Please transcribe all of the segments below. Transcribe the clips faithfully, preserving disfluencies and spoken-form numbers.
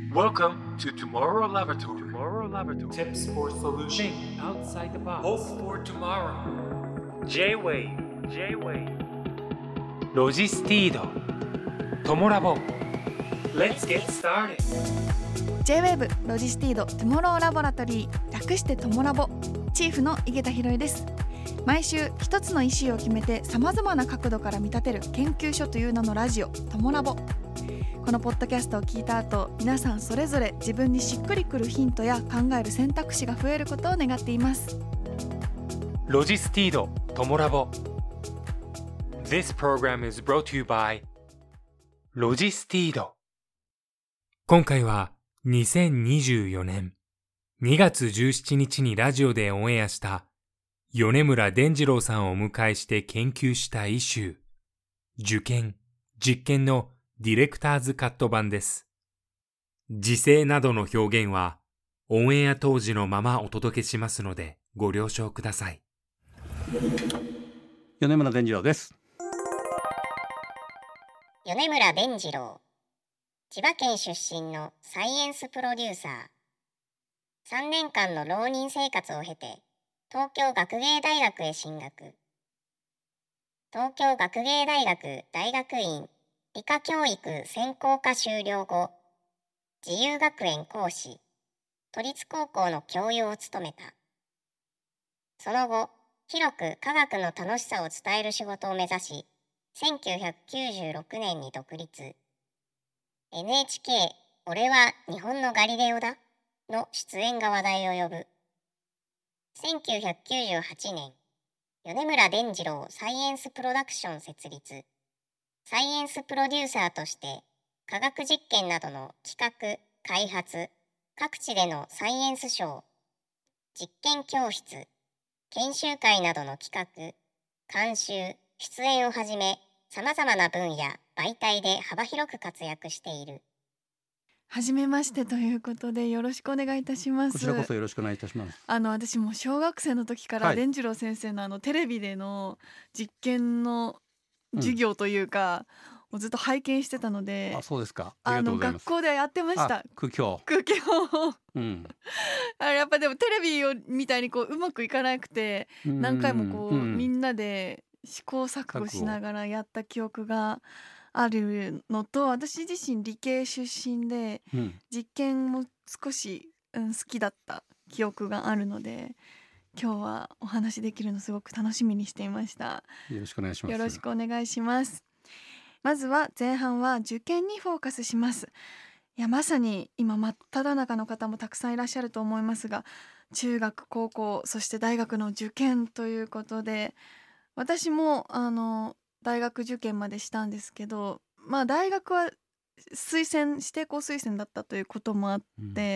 Welcome to Tomorrow Laboratory. Tomorrow Laboratory. Tips for solution Think outside the box. Hope for tomorrow J-Wave. J-Wave. ロジスティード。トモラボ。 Let's get started J-ウェーブ ロジスティードトゥモローラボラトリー、略してトモラボ、チーフの井桁弘恵です。毎週一つのイシューを決めてさまざまな角度から見立てる研究所という名のラジオトモラボ。このポッドキャストを聞いた後、皆さんそれぞれ自分にしっくりくるヒントや考える選択肢が増えることを願っています。 ロジスティード。トモラボ。This program is brought to you by ロジスティード。今回はにせんにじゅうよねんにがつじゅうしちにちにラジオでオンエアした米村伝次郎さんをお迎えして研究したイシュー、受験、実験のディレクターズカット版です。時制などの表現はオンエア当時のままお届けしますのでご了承ください。 米村伝次郎です。 米村伝次郎、千葉県出身のサイエンスプロデューサー。さんねんかんの浪人生活を経て東京学芸大学へ進学。東京学芸大学大学院理科教育専攻科修了後、自由学園講師、都立高校の教諭を務めた。その後、広く科学の楽しさを伝える仕事を目指し、せんきゅうひゃくきゅうじゅうろくねんに独立。エヌエイチケー 俺は日本のガリレオだの出演が話題を呼ぶ。せんきゅうひゃくきゅうじゅうはちねん、米村伝次郎サイエンスプロダクション設立。サイエンスプロデューサーとして科学実験などの企画・開発、各地でのサイエンスショー、実験教室、研修会などの企画、監修、出演をはじめ、さまざまな分野、媒体で幅広く活躍している。 はじめましてということでよろしくお願いいたします。 こちらこそよろしくお願いいたします。 あの私も小学生の時から、 はい伝次郎先生のあのテレビでの実験の授業というか、もうずっと拝見してたので、 あ、そうですか。ありあのがとうございます。 学校でやってましたあ、空気空気をうん。 あれやっぱでもテレビをみたいにこううまくいかなくて、何回もこう、 んみんなで試行錯誤しながらやった記憶があるのと、私自身理系出身でうん実験も少し、うん、好きだった記憶があるので、今日はお話できるのすごく楽しみにしていました。 よろしくお願いします。 よろしくお願いします。まずは前半は受験にフォーカスします。いやまさに今真っ只中の方もたくさんいらっしゃると思いますが、中学高校そして大学の受験ということで、私もあの大学受験までしたんですけど、まあ大学は推薦指定校推薦だったということもあって、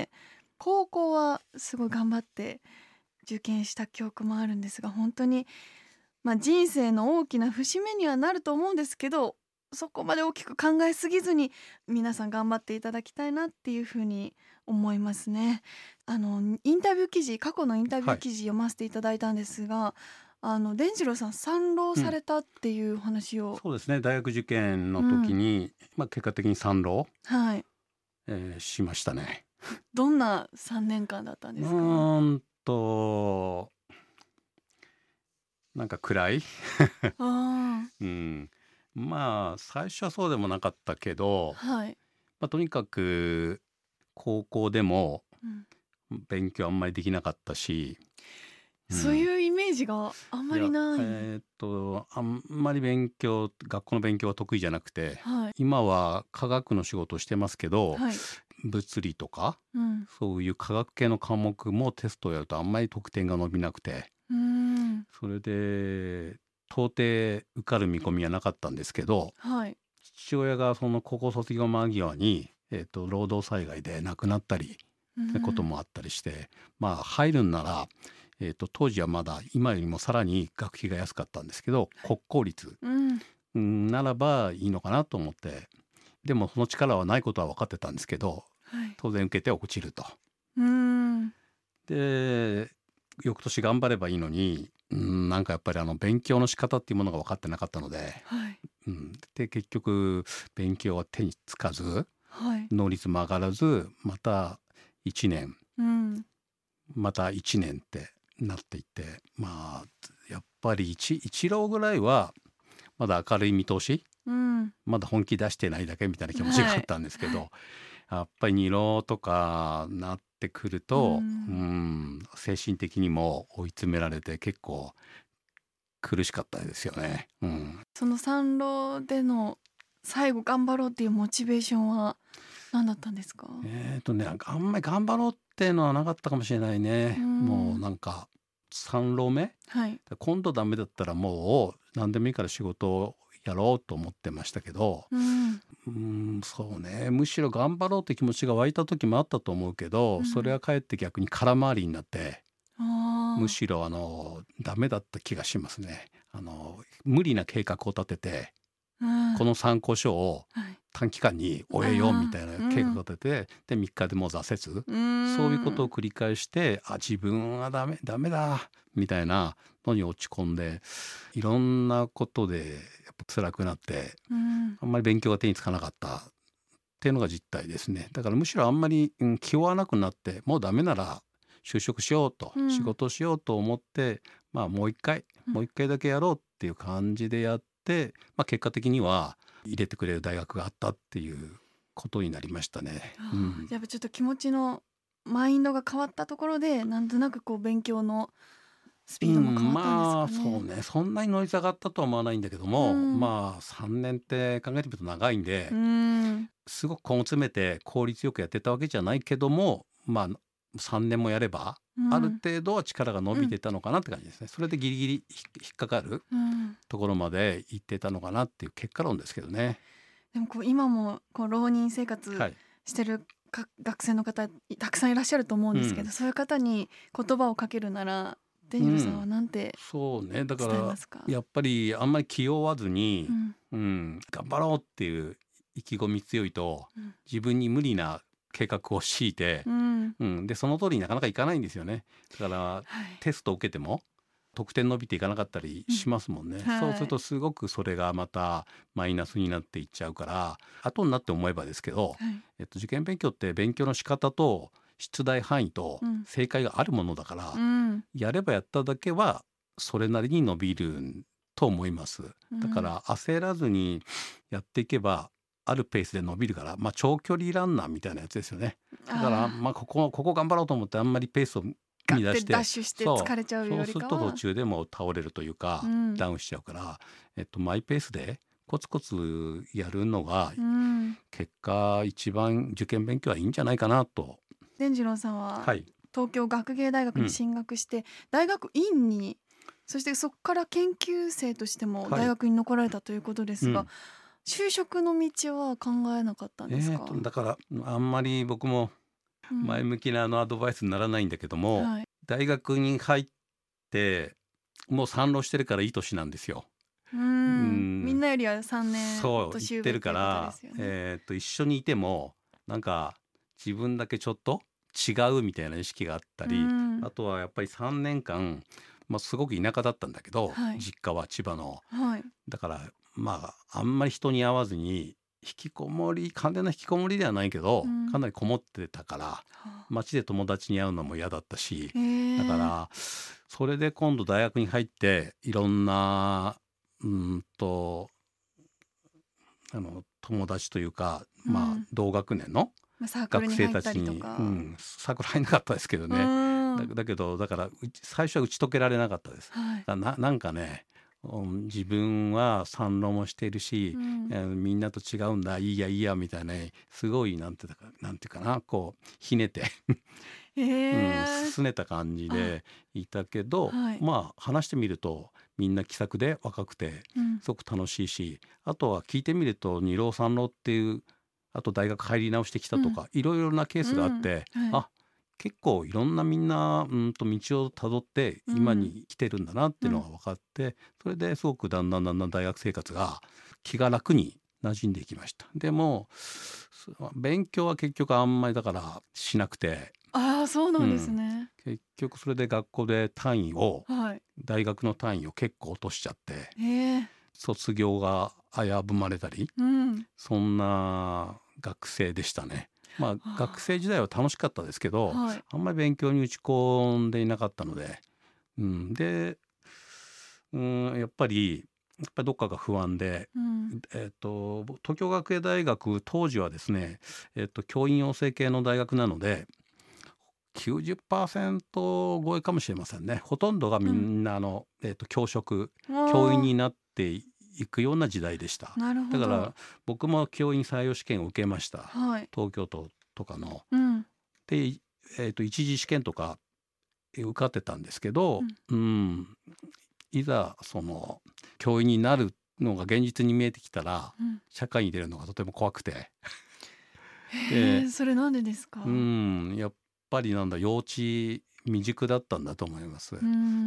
うん、高校はすごい頑張って受験した記憶もあるんですが、本当に、まあ、人生の大きな節目にはなると思うんですけど、そこまで大きく考えすぎずに皆さん頑張っていただきたいなっていうふうに思いますね。あのインタビュー記事、過去のインタビュー記事読ませていただいたんですが、はい、あの伝次郎さん三浪されたっていう話を、 うん、そうですね。大学受験の時に、うん、まあ、結果的に三浪、はいえー、しましたね。 どんなさんねんかんだったんですか？ うーんとなんか暗いあ、うん、まあ最初はそうでもなかったけど、はいまあ、とにかく高校でも勉強あんまりできなかったし、 うん、そういうイメージがあんまりない。 えー、っとあんまり勉強学校の勉強は得意じゃなくて、はい、今は科学の仕事をしてますけど、はい、物理とか、うん、そういう科学系の科目もテストをやるとあんまり得点が伸びなくて、うん、それで到底受かる見込みはなかったんですけど、はい、父親がその高校卒業間際に、えー、と労働災害で亡くなったりってこともあったりして、うん、まあ入るんなら、えー、と当時はまだ今よりもさらに学費が安かったんですけど、国公立、うん、ならばいいのかなと思って、でもその力はないことは分かってたんですけど、はい、当然受けて落ちると。うんで翌年頑張ればいいのに、うん、なんかやっぱりあの勉強の仕方っていうものが分かってなかったので、はいうん、で結局勉強は手につかず、 能率も上がらずまたいちねん、 うん、 またいちねんってなっていってまあやっぱり 1, 1浪ぐらいはまだ明るい見通し、 うん、 まだ本気出してないだけみたいな気持ちがあったんですけど、はい、やっぱりに浪とかなってくると、うん、うん精神的にも追い詰められて結構苦しかったですよね、うん、 そのさん浪での最後頑張ろうっていうモチベーションは何だったんですか？ えーとねあんまり頑張ろうっていうのはなかったかもしれないね、うん、もうなんかさん浪目、 はい、 今度ダメだったらもう何でもいいから仕事をやろうと思ってましたけど、うん、うーんそうねむしろ頑張ろうって気持ちが湧いた時もあったと思うけど、うん、それはかえって逆に空回りになってむしろあのダメだった気がしますね。あの無理な計画を立てて、うん、この参考書を短期間に終えようみたいな計画を立てて、うん、でみっかでもう挫折、うん、そういうことを繰り返してあ自分はダメダメだみたいなのに落ち込んでいろんなことでやっぱ辛くなって、うん、あんまり勉強が手につかなかったっていうのが実態ですね。だからむしろあんまり、うん、気負わなくなってもうダメなら就職しようと、うん、仕事をしようと思って、まあ、もう一回、うん、もう一回だけやろうっていう感じでやって、まあ、結果的には入れてくれる大学があったっていうことになりましたね。 うん、やっぱちょっと気持ちのマインドが変わったところでなんとなくこう勉強のスピードも変わったんですかね。 うん、まあそうねそんなに乗り下がったとは思わないんだけども、うん、まあさんねんって考えてみると長いんで、うん、すごく根を詰めて効率よくやってたわけじゃないけどもまあさんねんもやれば、うん、ある程度は力が伸びてたのかなって感じですね、うん、それでギリギリ引っかかるところまで行ってたのかなっていう結果論ですけどね。 でもこう今もこう浪人生活してるか学生の方たくさんいらっしゃると思うんですけど、うん、そういう方に言葉をかけるなら伝次郎さんはなんて伝えますか？ うん、そうねだからやっぱりあんまり気負わずに、うんうん、頑張ろうっていう意気込み強いと、うん、自分に無理な計画を強いて、うんうん、でその通りになかなかいかないんですよね。だから、はい、テストを受けても得点伸びていかなかったりしますもんね、うんはい、そうするとすごくそれがまたマイナスになっていっちゃうから後になって思えばですけど、はいえっと、受験勉強って勉強の仕方と出題範囲と正解があるものだから、うん、やればやっただけはそれなりに伸びると思います。だから焦らずにやっていけばあるペースで伸びるから、まあ、長距離ランナーみたいなやつですよね。だからまあここここ頑張ろうと思ってあんまりペースをガッてダッシュして疲れちゃうよりかはそう、そうすると途中でも倒れるというか、うん、ダウンしちゃうから、えっと、マイペースでコツコツやるのが、うん、結果一番受験勉強はいいんじゃないかなと。 伝次郎さんは、はい、東京学芸大学に進学して、うん、大学院にそしてそこから研究生としても大学に残られたということですが、はいうん、就職の道は考えなかったんですか？ えー、だからあんまり僕も前向きなあのアドバイスにならないんだけども、うんはい、大学に入ってもうさん浪してるからいい年なんですよ。 うんうんみんなよりはさんねんそう言ってるから、ねえー、っと一緒にいてもなんか自分だけちょっと違うみたいな意識があったり、あとはやっぱりさんねんかん、まあ、すごく田舎だったんだけど、はい、実家は千葉の、はい、だからまああんまり人に会わずに引きこもり完全な引きこもりではないけど、うん、かなりこもってたから街で友達に会うのも嫌だったし、だからそれで今度大学に入っていろんなうんとあの友達というか、うん、まあ同学年の学生たちに、うん、サークル入んなかったですけどね、だ, だけどだから最初は打ち解けられなかったです、はい、な, なんかね自分は賛論もしているし、うん、みんなと違うんだいいやいいやみたいなすごいなんていうかなんていうかなこうひねてえーうん、すねた感じでいたけど、はい、まあ話してみるとみんな気さくで若くてすごく楽しいし、うん、あとは聞いてみるとに浪さん浪っていうあと大学入り直してきたとか、うん、いろいろなケースがあって、うんはい、あ結構いろんなみんなうんと道をたどって今に来てるんだなっていうのが分かって、うん、それですごくだんだんだんだん大学生活が気が楽に馴染んでいきました。でも勉強は結局あんまりだからしなくて、 ああそうなんですね、 うん、結局それで学校で単位を、はい、大学の単位を結構落としちゃって、 卒業が危ぶまれたり、 うん、 そんな学生でしたね。まあ学生時代は楽しかったですけど、 はい、 あんまり勉強に打ち込んでいなかったので、うん、で、うん、やっぱりやっぱりどっかが不安で、 うん、 えー、と東京学芸大学当時はですね、えー、と教員養成系の大学なので きゅうじゅっパーセント 超えかもしれませんね。ほとんどがみんなあの、うんえー、と教職教員になっていくような時代でした。 なるほど。 だから僕も教員採用試験を受けました、 はい、 東京都とかの。 うん、 で、えー、と一次試験とか受かってたんですけど、うん、うんいざその教員になるのが現実に見えてきたら、 うん、 社会に出るのがとても怖くてへえ、それなんでですか？ うんやっぱりなんだ幼稚未熟だったんだと思います。 うん、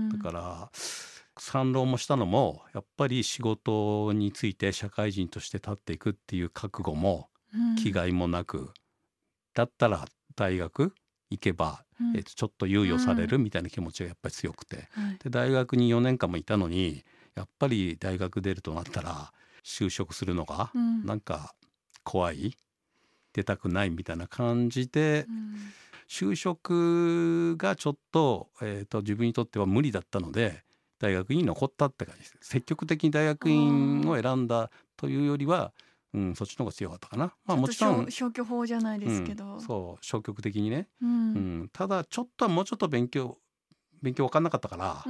だから賛浪もしたのもやっぱり仕事について社会人として立っていくっていう覚悟も気概もなく、うん、だったら大学行けば、うんえー、とちょっと猶予されるみたいな気持ちがやっぱり強くて、うん、で大学によねんかんもいたのにやっぱり大学出るとなったら就職するのがなんか怖い、うん、出たくないみたいな感じで、うん、就職がちょっと、えー、と自分にとっては無理だったので大学に残ったって感じです。積極的に大学院を選んだというよりはうん、そっちの方が強かったかな。 まあもちろん消去法じゃないですけど、 うん、そう消極的にね、 うんうん、ただちょっとはもうちょっと勉強勉強分かんなかったから、 うん、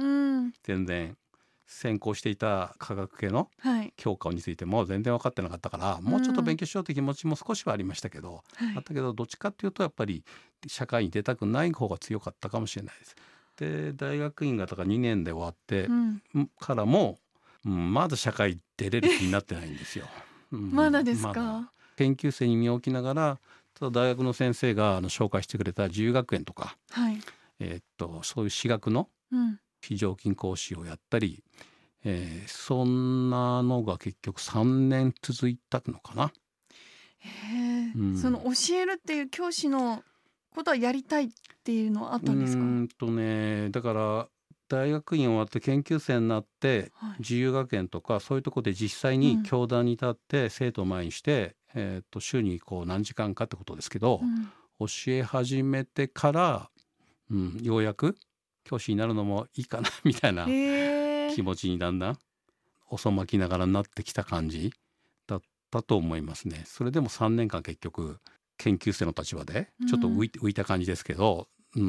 全然専攻していた科学系の教科についても全然分かってなかったから、はい、もうちょっと勉強しようという気持ちも少しはありましたけど、うん、あったけどどっちかっていうとやっぱり社会に出たくない方が強かったかもしれないです。で大学院がだからにねんで終わって、うん、からも、うん、まだ社会出れる気になってないんですようん、 まだですか？ ま、研究生に身を置きながらただ大学の先生があの紹介してくれた自由学園とか、 はいえー、っとそういう私学の非常勤講師をやったり、うんえー、そんなのが結局さんねん続いたのかな。 へー、うん、その教えるっていう教師のことはやりたいっていうのはあったんですか？ うんとねだから大学院終わって研究生になって、はい、自由学園とかそういうところで実際に教壇に立って生徒を前にして、うんえー、と週にこう何時間かってことですけど、うん、教え始めてから、うん、ようやく教師になるのもいいかなみたいな気持ちにだんだん遅まきながらなってきた感じだったと思いますね。それでもさんねんかん結局研究生の立場でちょっと浮いて、うん、浮いた感じですけど、うん、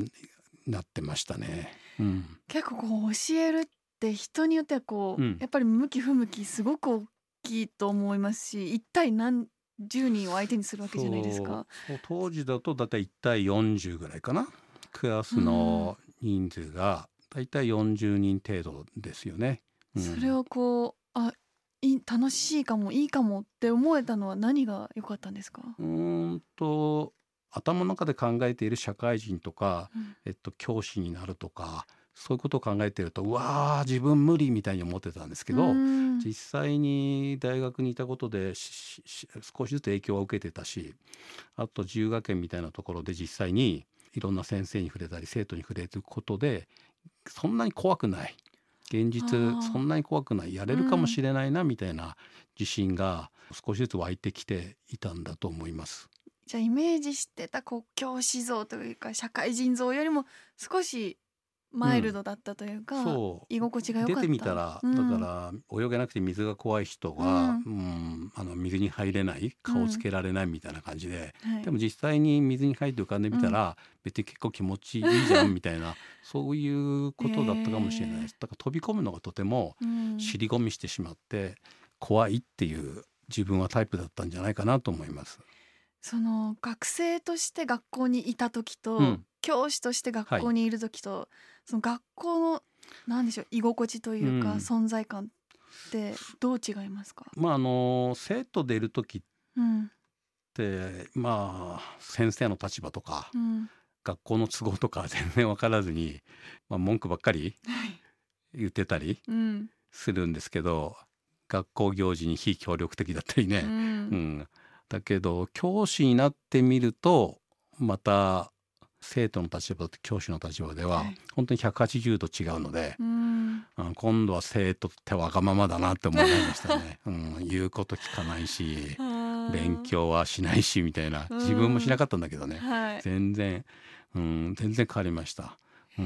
なってましたね。うん、 結構こう教えるって人によってはこう、うん、やっぱり向き不向きすごく大きいと思いますし、一対何十人を相手にするわけじゃないですか。 そう当時だとだいたいいち対よんじゅうぐらいかな。クラスの人数がだいたいよんじゅうにん程度ですよね。 うん、それをこうあい楽しいかもいいかもって思えたのは何が良かったんですか？ うーんと頭の中で考えている社会人とか、うんえっと、教師になるとかそういうことを考えているとうわー自分無理みたいに思ってたんですけど、実際に大学にいたことでしし少しずつ影響は受けてたし、あと自由学園みたいなところで実際にいろんな先生に触れたり生徒に触れることでそんなに怖くない現実そんなに怖くないやれるかもしれないなみたいな自信が少しずつ湧いてきていたんだと思います。 じゃあイメージしてたこう教師像というか社会人像よりも少しマイルドだったというか、うん、そう居心地が良かった。 出てみたら、うん、だから泳げなくて水が怖い人が、うんうん、あの水に入れない顔つけられないみたいな感じで、うん、でも実際に水に入って浮かんでみたら、うん、別に結構気持ちいいじゃんみたいなそういうことだったかもしれないです。だから飛び込むのがとても尻込みしてしまって怖いっていう自分はタイプだったんじゃないかなと思います。 その学生として学校にいた時と、うん、教師として学校にいる時と、はい、その学校の何でしょう居心地というか、うん、存在感ってどう違いますか？ まああの生徒でいる時って、うん、まあ先生の立場とか、うん、学校の都合とか全然分からずに、まあ、文句ばっかり言ってたりするんですけど、うん、学校行事に非協力的だったりね、うんうんだけど教師になってみるとまた生徒の立場と教師の立場では本当にひゃくはちじゅうど違うので、うんうん、今度は生徒ってわがままだなって思いましたね、うん、言うこと聞かないし勉強はしないしみたいな、自分もしなかったんだけどね、はい、全然、うん、全然変わりました、うん、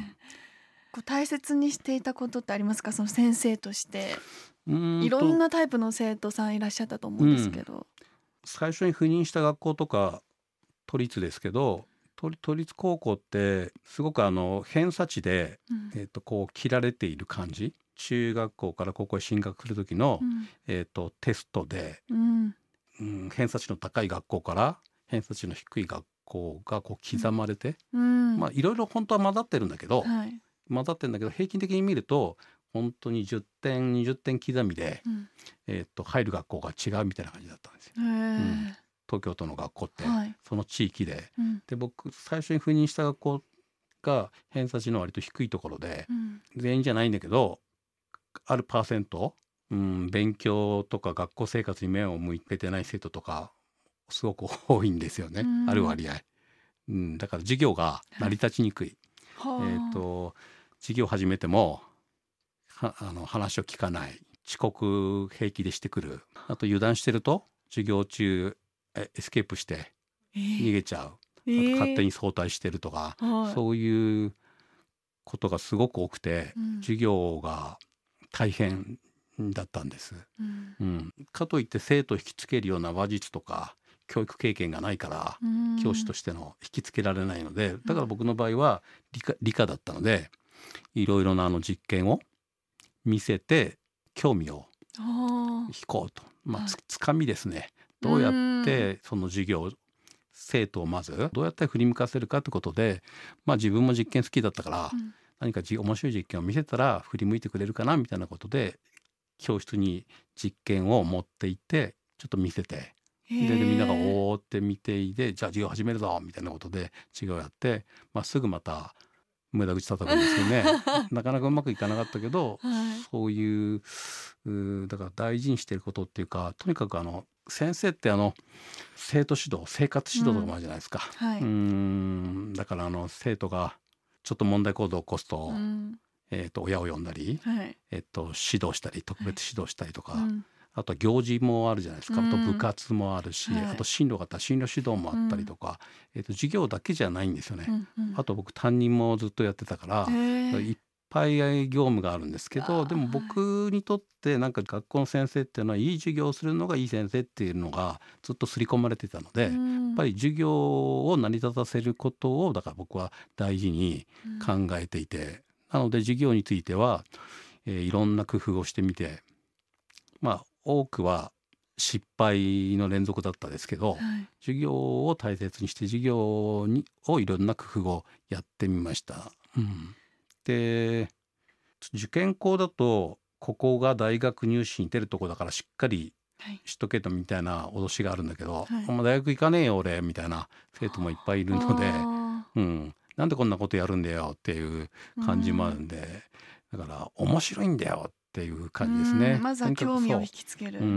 こう大切にしていたことってありますか、その先生として。いろんなタイプの生徒さんいらっしゃったと思うんですけど、うん、 最初に赴任した学校とか都立ですけど、都, 都立高校ってすごくあの偏差値で、うんえー、とこう切られている感じ。中学校から高校へ進学する時の、うんえー、とテストで、うんうん、偏差値の高い学校から偏差値の低い学校がこう刻まれて、うんまあ、いろいろ本当は混ざってるんだけど、はい、混ざってるんだけど平均的に見ると本当にじゅってんにじゅってん刻みで、うんえー、と入る学校が違うみたいな感じだったんですよ、うん、東京都の学校って、はい、その地域で、うん、で僕最初に赴任した学校が偏差値の割と低いところで、うん、全員じゃないんだけどあるパーセント、うん、勉強とか学校生活に目を向けてない生徒とかすごく多いんですよね、うん、ある割合、うん、だから授業が成り立ちにくい、はい、えー、と授業始めてもあの話を聞かない、遅刻平気でしてくる、あと油断してると授業中エスケープして逃げちゃう、えー、あと勝手に早退してるとか、えー、そういうことがすごく多くて、うん、授業が大変だったんです、うんうん、かといって生徒を引きつけるような話術とか教育経験がないから、うん、教師としての引きつけられないので、だから僕の場合は理科、理科だったのでいろいろなあの実験を見せて興味を引こうと、まあ、つ, つかみですね。どうやってその授業生徒をまずどうやって振り向かせるかってことで、まあ、自分も実験好きだったから、うん、何かじ面白い実験を見せたら振り向いてくれるかなみたいなことで教室に実験を持っていってちょっと見せて、で, でみんながおーって見ていて、じゃあ授業始めるぞみたいなことで授業やって、まあ、すぐまた無駄口叩くんですよねなかなかうまくいかなかったけど、はい、そういうだから大事にしていることっていうか、とにかくあの先生ってあの生徒指導生活指導とかもあるじゃないですか、うんはい、うーんだからあの生徒がちょっと問題行動を起こすと、うんえー、と親を呼んだり、はいえー、と指導したり特別指導したりとか、はいうんあとは行事もあるじゃないですか、うん、あと部活もあるし、はい、あと進路があったら進路指導もあったりとか、うんえー、と授業だけじゃないんですよね、うんうん、あと僕担任もずっとやってたからいっぱい業務があるんですけど、でも僕にとってなんか学校の先生っていうのはいい授業をするのがいい先生っていうのがずっと刷り込まれてたので、うん、やっぱり授業を成り立たせることをだから僕は大事に考えていて、うん、なので授業については、えー、いろんな工夫をしてみて、まあ多くは失敗の連続だったですけど、はい、授業を大切にして授業にをいろんな工夫をやってみました、うん、で受験校だとここが大学入試に出るとこだからしっかりしとけとみたいな脅しがあるんだけど、はい、お前大学行かねえよ俺みたいな生徒もいっぱいいるので、うん、なんでこんなことやるんだよっていう感じもあるんで、だから面白いんだよっていう感じですね。 まずは興味を引きつける、 うん、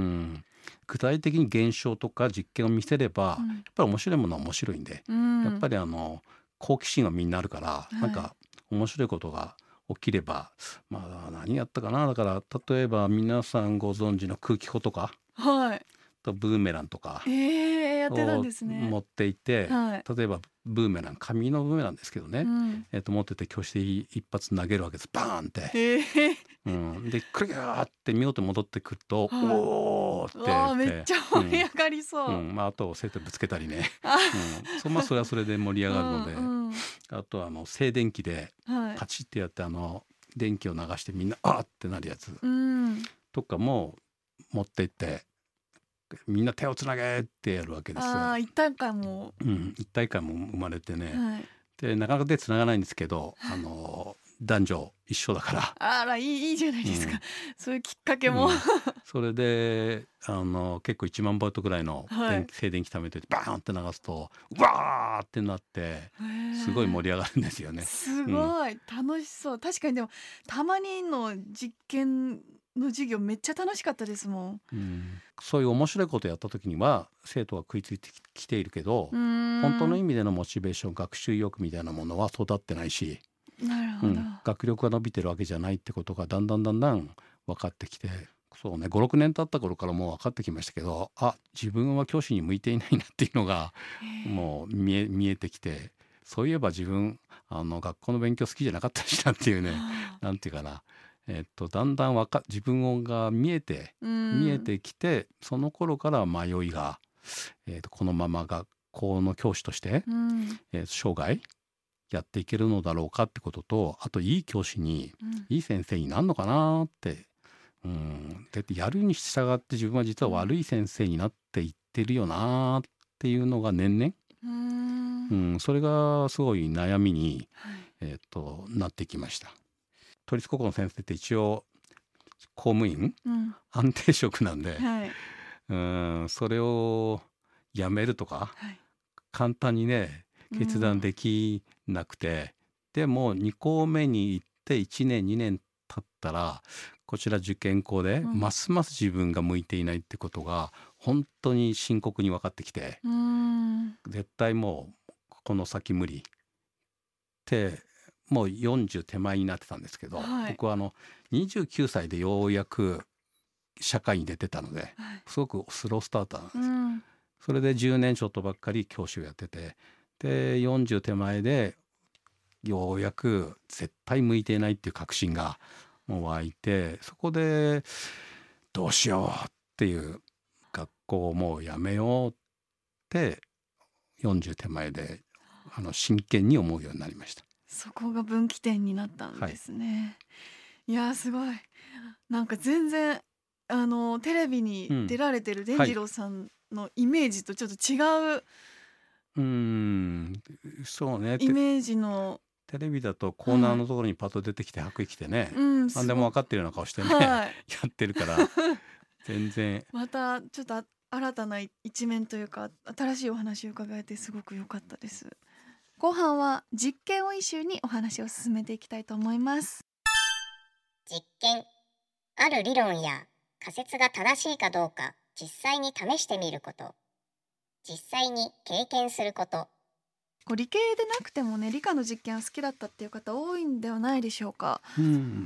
具体的に現象とか実験を見せれば、うん、やっぱり面白いものは面白いんで、うん、やっぱりあの好奇心はみんなあるから、はい、なんか面白いことが起きれば、まあ何やったかな、だから例えば皆さんご存知の空気砲とか、はい、とブーメランとかを持っていて、はい、例えばブーメラン紙のブーメランですけどね、うんえー、と持ってて教室で一発投げるわけです。バーンって、えーうん、でクリャーって見事に戻ってくると、はい、おーってわーめっちゃ盛り上がりそう、 うんうんまあ、あと生徒ぶつけたりね、うんそまあ、それはそれで盛り上がるのでうん、うん、あとはあの静電気でパチってやってあの電気を流してみんなあーってなるやつ、うん、とかも持っていってみんな手をつなげってやるわけです。 あ一体感も、 うん、一体感も生まれてね、はい、でなかなか手つながないんですけど、あの男女一緒だからあらいい、いいじゃないですか、うん、そういうきっかけも、うん、 それであの結構いちまんボルトぐらいの、はい、静電気溜めてバーンって流すとわーってなってすごい盛り上がるんですよね。 すごい、うん、楽しそう。確かにでもたまにの実験の授業めっちゃ楽しかったですもん、 うん、そういう面白いことをやった時には生徒が食いついてきているけど本当の意味でのモチベーション学習意欲みたいなものは育ってないし、 なるほど、うん、 学力が伸びてるわけじゃないってことがだんだんだんだん分かってきて、そうねごろくねん経った頃からもう分かってきましたけど、あ自分は教師に向いていないなっていうのがもう見え見えてきて、そういえば自分あの学校の勉強好きじゃなかったしなっていうねなんていうかな、えっとだんだんわか自分が見えて見えてきて、その頃から迷いが、えっとこのまま学校の教師として、えー、生涯やっていけるのだろうかってことと、あといい教師に、うん、いい先生になるのかなって、うん、でやるに従って自分は実は悪い先生になっていってるよなっていうのが年々、うんうん、それがすごい悩みに、はい、えー、となってきました。都立高校の先生って一応公務員、うん、安定職なんで、はい、うんそれをやめるとか、はい、簡単にね決断できなくて、うん、でもに校目に行っていちねんにねん経ったらこちら受験校で、うん、ますます自分が向いていないってことが本当に深刻に分かってきて、うん、絶対もうこの先無理ってもうよんじゅう手前になってたんですけど、はい、僕はあのにじゅうきゅうさいでようやく社会に出てたので、はい、すごくスロースターターなんです、うん、それでじゅうねんちょっとばっかり教師をやってて、でよんじゅう手前でようやく絶対向いていないっていう確信がもう湧いて、そこでどうしようっていう学校をもうやめようってよんじゅう手前であの真剣に思うようになりました。 そこが分岐点になったんですね、はい、いやすごいなんか全然あのテレビに出られてる伝次郎さんのイメージとちょっと違う、 うん、そうねイメージのテレビだとコーナーのところにパッと出てきて白衣着てね、うん、何でも分かってるような顔してね、はい、やってるから全然またちょっと新たな一面というか新しいお話を伺えてすごく良かったです。後半は実験を一緒にお話を進めていきたいと思います。 実験、ある理論や仮説が正しいかどうか実際に試してみること、実際に経験すること。 こう理系でなくてもね理科の実験は好きだったっていう方多いんではないでしょうか、うん、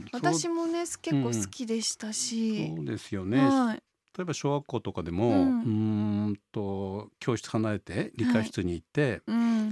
私もね結構好きでしたし、 うん、そうですよね、はい、例えば小学校とかでも、うん、うーんと教室離れて理科室に行って、はいうん、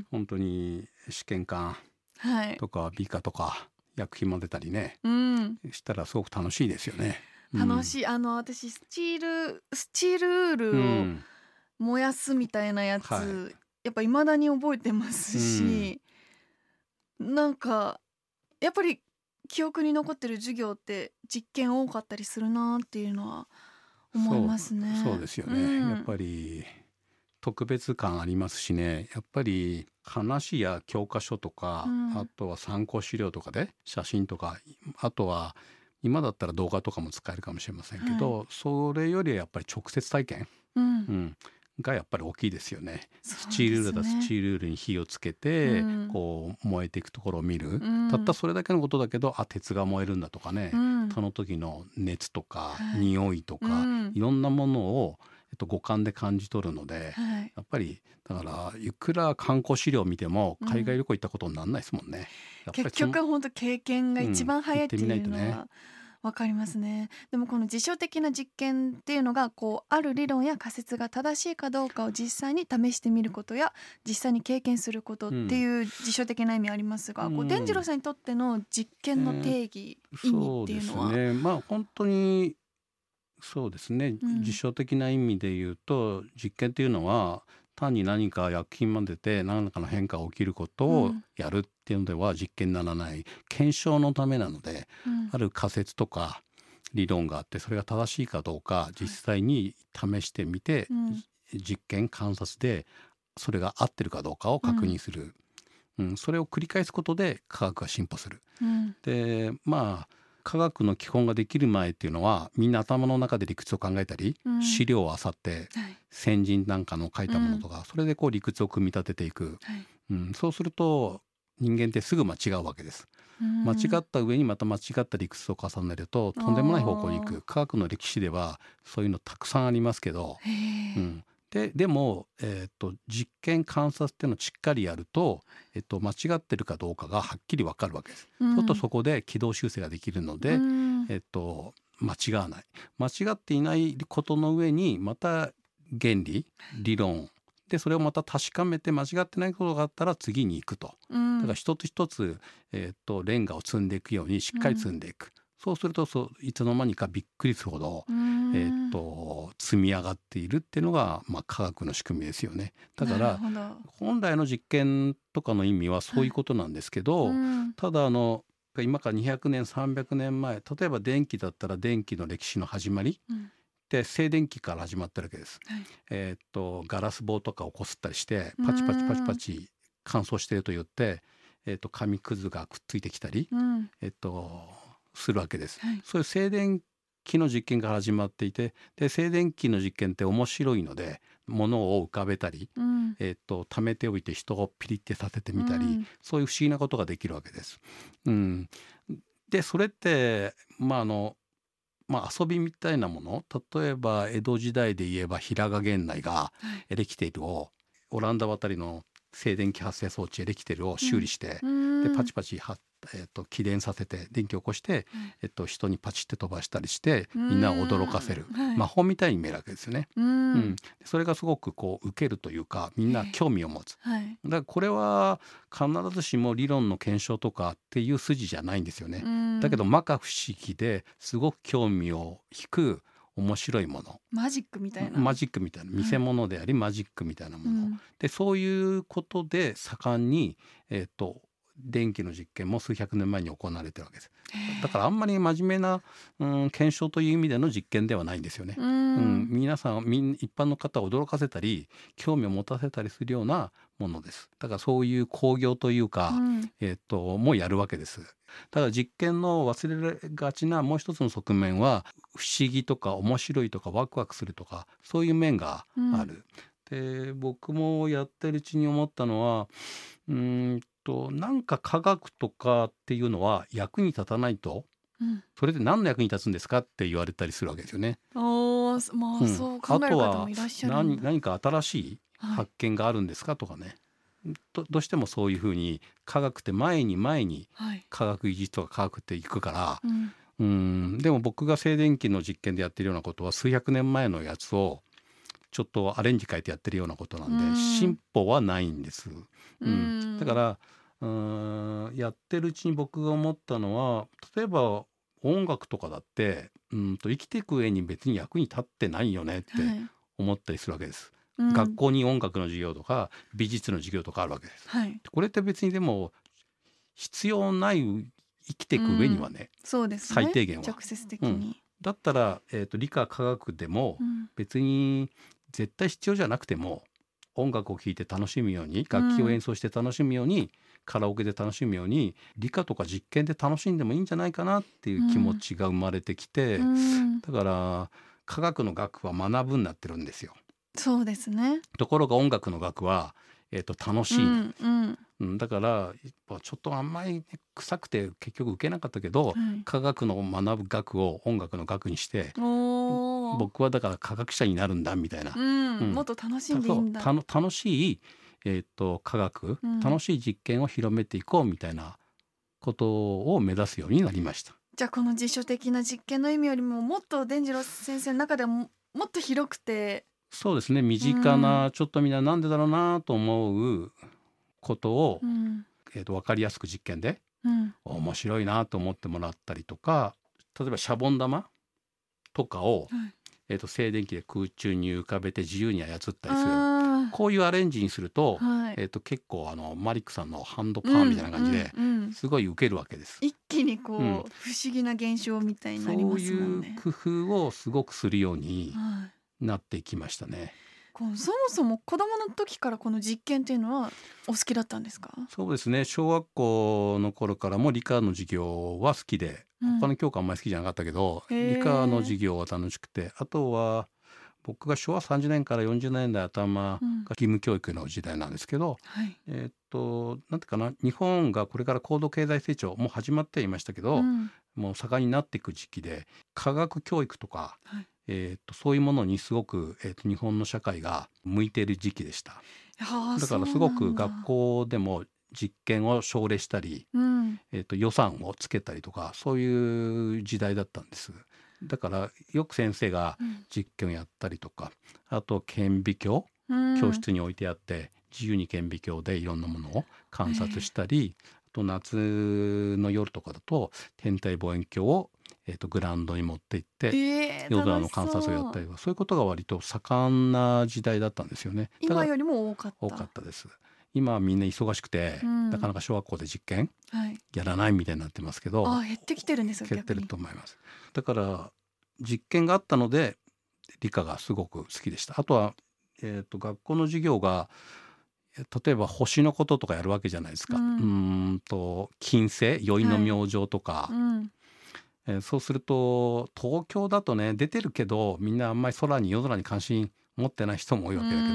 本当に試験管とか理科とか薬品も出たりね、うん、したらすごく楽しいですよね。 楽しい、うん、あの私スチールスチールウールを燃やすみたいなやつ、うんはい、やっぱ未だに覚えてますし、うん、なんかやっぱり記憶に残ってる授業って実験多かったりするなっていうのは思いますね。 そう、そうですよね、うん、やっぱり特別感ありますしね、やっぱり話や教科書とか、うん、あとは参考資料とかで写真とか、あとは今だったら動画とかも使えるかもしれませんけど、はい、それよりはやっぱり直接体験、うんうん、がやっぱり大きいですよね。スチールウールだ、スチールウールに火をつけて、うん、こう燃えていくところを見る、うん、たったそれだけのことだけど、あ鉄が燃えるんだとかね、うん、その時の熱とか、はい、匂いとか、うん、いろんなものを、えっと、五感で感じ取るので、はい、やっぱりだからいくら観光資料を見ても海外旅行行ったことにならないですもんね、うん、やっぱり結局は本当経験が一番早いっていうのは、わかりますね。でもこの実証的な実験っていうのがこうある理論や仮説が正しいかどうかを実際に試してみることや実際に経験することっていう実証的な意味ありますが、うん、こう伝次郎さんにとっての実験の定義、えー、意味っていうのは、 そうですね、まあ本当にそうですね、うん、実証的な意味で言うと実験っていうのは単に何か薬品までで何らかの変化が起きることをやるっていうのでは実験にならない、検証のためなので、うん、ある仮説とか理論があってそれが正しいかどうか実際に試してみて、はい、実験観察でそれが合ってるかどうかを確認する、うんうん、それを繰り返すことで科学が進歩する、うん、でまあ科学の基本ができる前っていうのはみんな頭の中で理屈を考えたり、うん、資料を漁って、はい、先人なんかの書いたものとか、うん、それでこう理屈を組み立てていく、はいうん、そうすると人間ってすぐ間違うわけです、うん、間違った上にまた間違った理屈を重ねるととんでもない方向に行く。科学の歴史ではそういうのたくさんありますけど、うん、 で, でも、えー、と実験観察っていうのをしっかりやると、えー、と間違ってるかどうかがはっきり分かるわけです。うん、そうするとそこで軌道修正ができるので、うん、えー、と間違わない間違っていないことの上にまた原理理論でそれをまた確かめて間違ってないことがあったら次に行くと、うん、だから一つ一つ、えー、とレンガを積んでいくようにしっかり積んでいく、うん、そうするとそういつの間にかびっくりするほど、えー、と積み上がっているっていうのが、まあ、科学の仕組みですよね。だから本来の実験とかの意味はそういうことなんですけど、はい、うん、ただあの今からにひゃくねんさんびゃくねんまえ例えば電気だったら電気の歴史の始まり、うん、で静電気から始まってるわけです、はい、えー、っとガラス棒とかをこすったりしてパチパチパチパチ乾燥していると言って、えー、っと紙くずがくっついてきたり、うん、えー、っとするわけです、はい、そういう静電気の実験から始まっていてで静電気の実験って面白いので物を浮かべたり、うん、えー、っと溜めておいて人をピリッてさせてみたり、うん、そういう不思議なことができるわけです、うん、でそれってまああのまあ、遊びみたいなもの例えば江戸時代で言えば平賀源内がエレキテルを、はい、オランダ渡りの静電気発生装置エレキテルを修理して、うん、でパチパチは、えー、と起電させて電気を起こして、うん、えー、と人にパチって飛ばしたりしてみんなを驚かせる、はい、魔法みたいに見えるわけですよね、うんうん、それがすごくこう受けるというかみんな興味を持つ、はい、だからこれは必ずしも理論の検証とかっていう筋じゃないんですよね、うん、だけど摩訶不思議ですごく興味を引く面白いものマジックみたいなマジックみたいな見せ物であり、はい、マジックみたいなもの、うん、でそういうことで盛んに、えー、と電気の実験も数百年前に行われてるわけです。だからあんまり真面目な、うん、検証という意味での実験ではないんですよね、うんうん、皆さんみん一般の方を驚かせたり興味を持たせたりするようなものです。だからそういう興行というか、うん、えー、ともやるわけです。だから実験の忘れがちなもう一つの側面は不思議とか面白いとかワクワクするとかそういう面がある、うん、で僕もやってるうちに思ったのはうーんとなんか科学とかっていうのは役に立たないと、うん、それで何の役に立つんですかって言われたりするわけですよね。 おまあ、うん、そう考える方もいらっしゃるんだ。 あとは 何, 何か新しい発見があるんですかとかね、はい、ど, どうしてもそういうふうに科学って前に前に科学技術とか科学っていくから、はい、うんうんでも僕が静電気の実験でやってるようなことは数百年前のやつをちょっとアレンジ変えてやってるようなことなんで、うん、進歩はないんです、うんうん、だからうーんやってるうちに僕が思ったのは例えば音楽とかだってうんと生きていく上に別に役に立ってないよねって思ったりするわけです、はい、学校に音楽の授業とか美術の授業とかあるわけです、はい、これって別にでも必要ない生きていく上にはね、 うん、そうですね、 最低限は直接的に、うん、 だったら、えーと、理科科学でも別に絶対必要じゃなくても音楽を聴いて楽しむように楽器を演奏して楽しむように、うん、カラオケで楽しむように理科とか実験で楽しんでもいいんじゃないかなっていう気持ちが生まれてきて、うん、だから科学の学は学ぶになってるんですよ。 そうですね。 ところが音楽の学はえー、と楽しい、ねうんうん、だからちょっとあんまり、ね、臭くて結局受けなかったけど、はい、科学の学ぶ学を音楽の学にして僕はだから科学者になるんだみたいな、 うんうん、もっと楽しんでいいんだた楽しい、えー、と科学、うん、楽しい実験を広めていこうみたいなことを目指すようになりました。 じゃあこの辞書的な実験の意味よりももっと伝次郎先生の中でももっと広くてそうですね身近な、うん、ちょっとみんななんでだろうなと思うことを、うんえー、と分かりやすく実験で、うん、面白いなと思ってもらったりとか例えばシャボン玉とかを、はいえー、と静電気で空中に浮かべて自由に操ったりするこういうアレンジにすると,、はいえー、と結構あのマリックさんのハンドパーみたいな感じで、うんうんうん、すごい受けるわけです。 一気にこう、うん、不思議な現象みたいになりますもんね。 そういう工夫をすごくするように、はいなってきましたね。 こうそもそも子供の時からこの実験っていうのはお好きだったんですか？ そうですね小学校の頃からも理科の授業は好きで、うん、他の教科あんまり好きじゃなかったけど理科の授業は楽しくてあとは僕がしょわさんじゅうねんからよんじゅうねんだい頭が義務教育の時代なんですけど、うんはい、えー、っとなんていうかな日本がこれから高度経済成長もう始まっていましたけど、うん、もう盛んになっていく時期で科学教育とか、はいえー、とそういうものにすごく、えー、と日本の社会が向いている時期でした。だからすごく学校でも実験を奨励したり、うん、えー、と予算をつけたりとかそういう時代だったんです。だからよく先生が実験をやったりとか、うん、あと顕微鏡、うん、教室に置いてあって自由に顕微鏡でいろんなものを観察したり、あと夏の夜とかだと天体望遠鏡を、えー、とグラウンドに持って行って、えー、夜空の観察をやったりとか、そういうことが割と盛んな時代だったんですよね。 今よりも多かった。 多かったです。今はみんな忙しくて、うん、なかなか小学校で実験やらないみたいになってますけど、 はい、あ減ってきてるんですよ。 減ってると思います。だから実験があったので理科がすごく好きでした。あとは、えー、と学校の授業が例えば星のこととかやるわけじゃないですか。うん、うーんと金星、宵の明星とか、はいうんえー、そうすると東京だとね出てるけどみんなあんまり空に夜空に関心持ってない人も多いわけだけど、うん、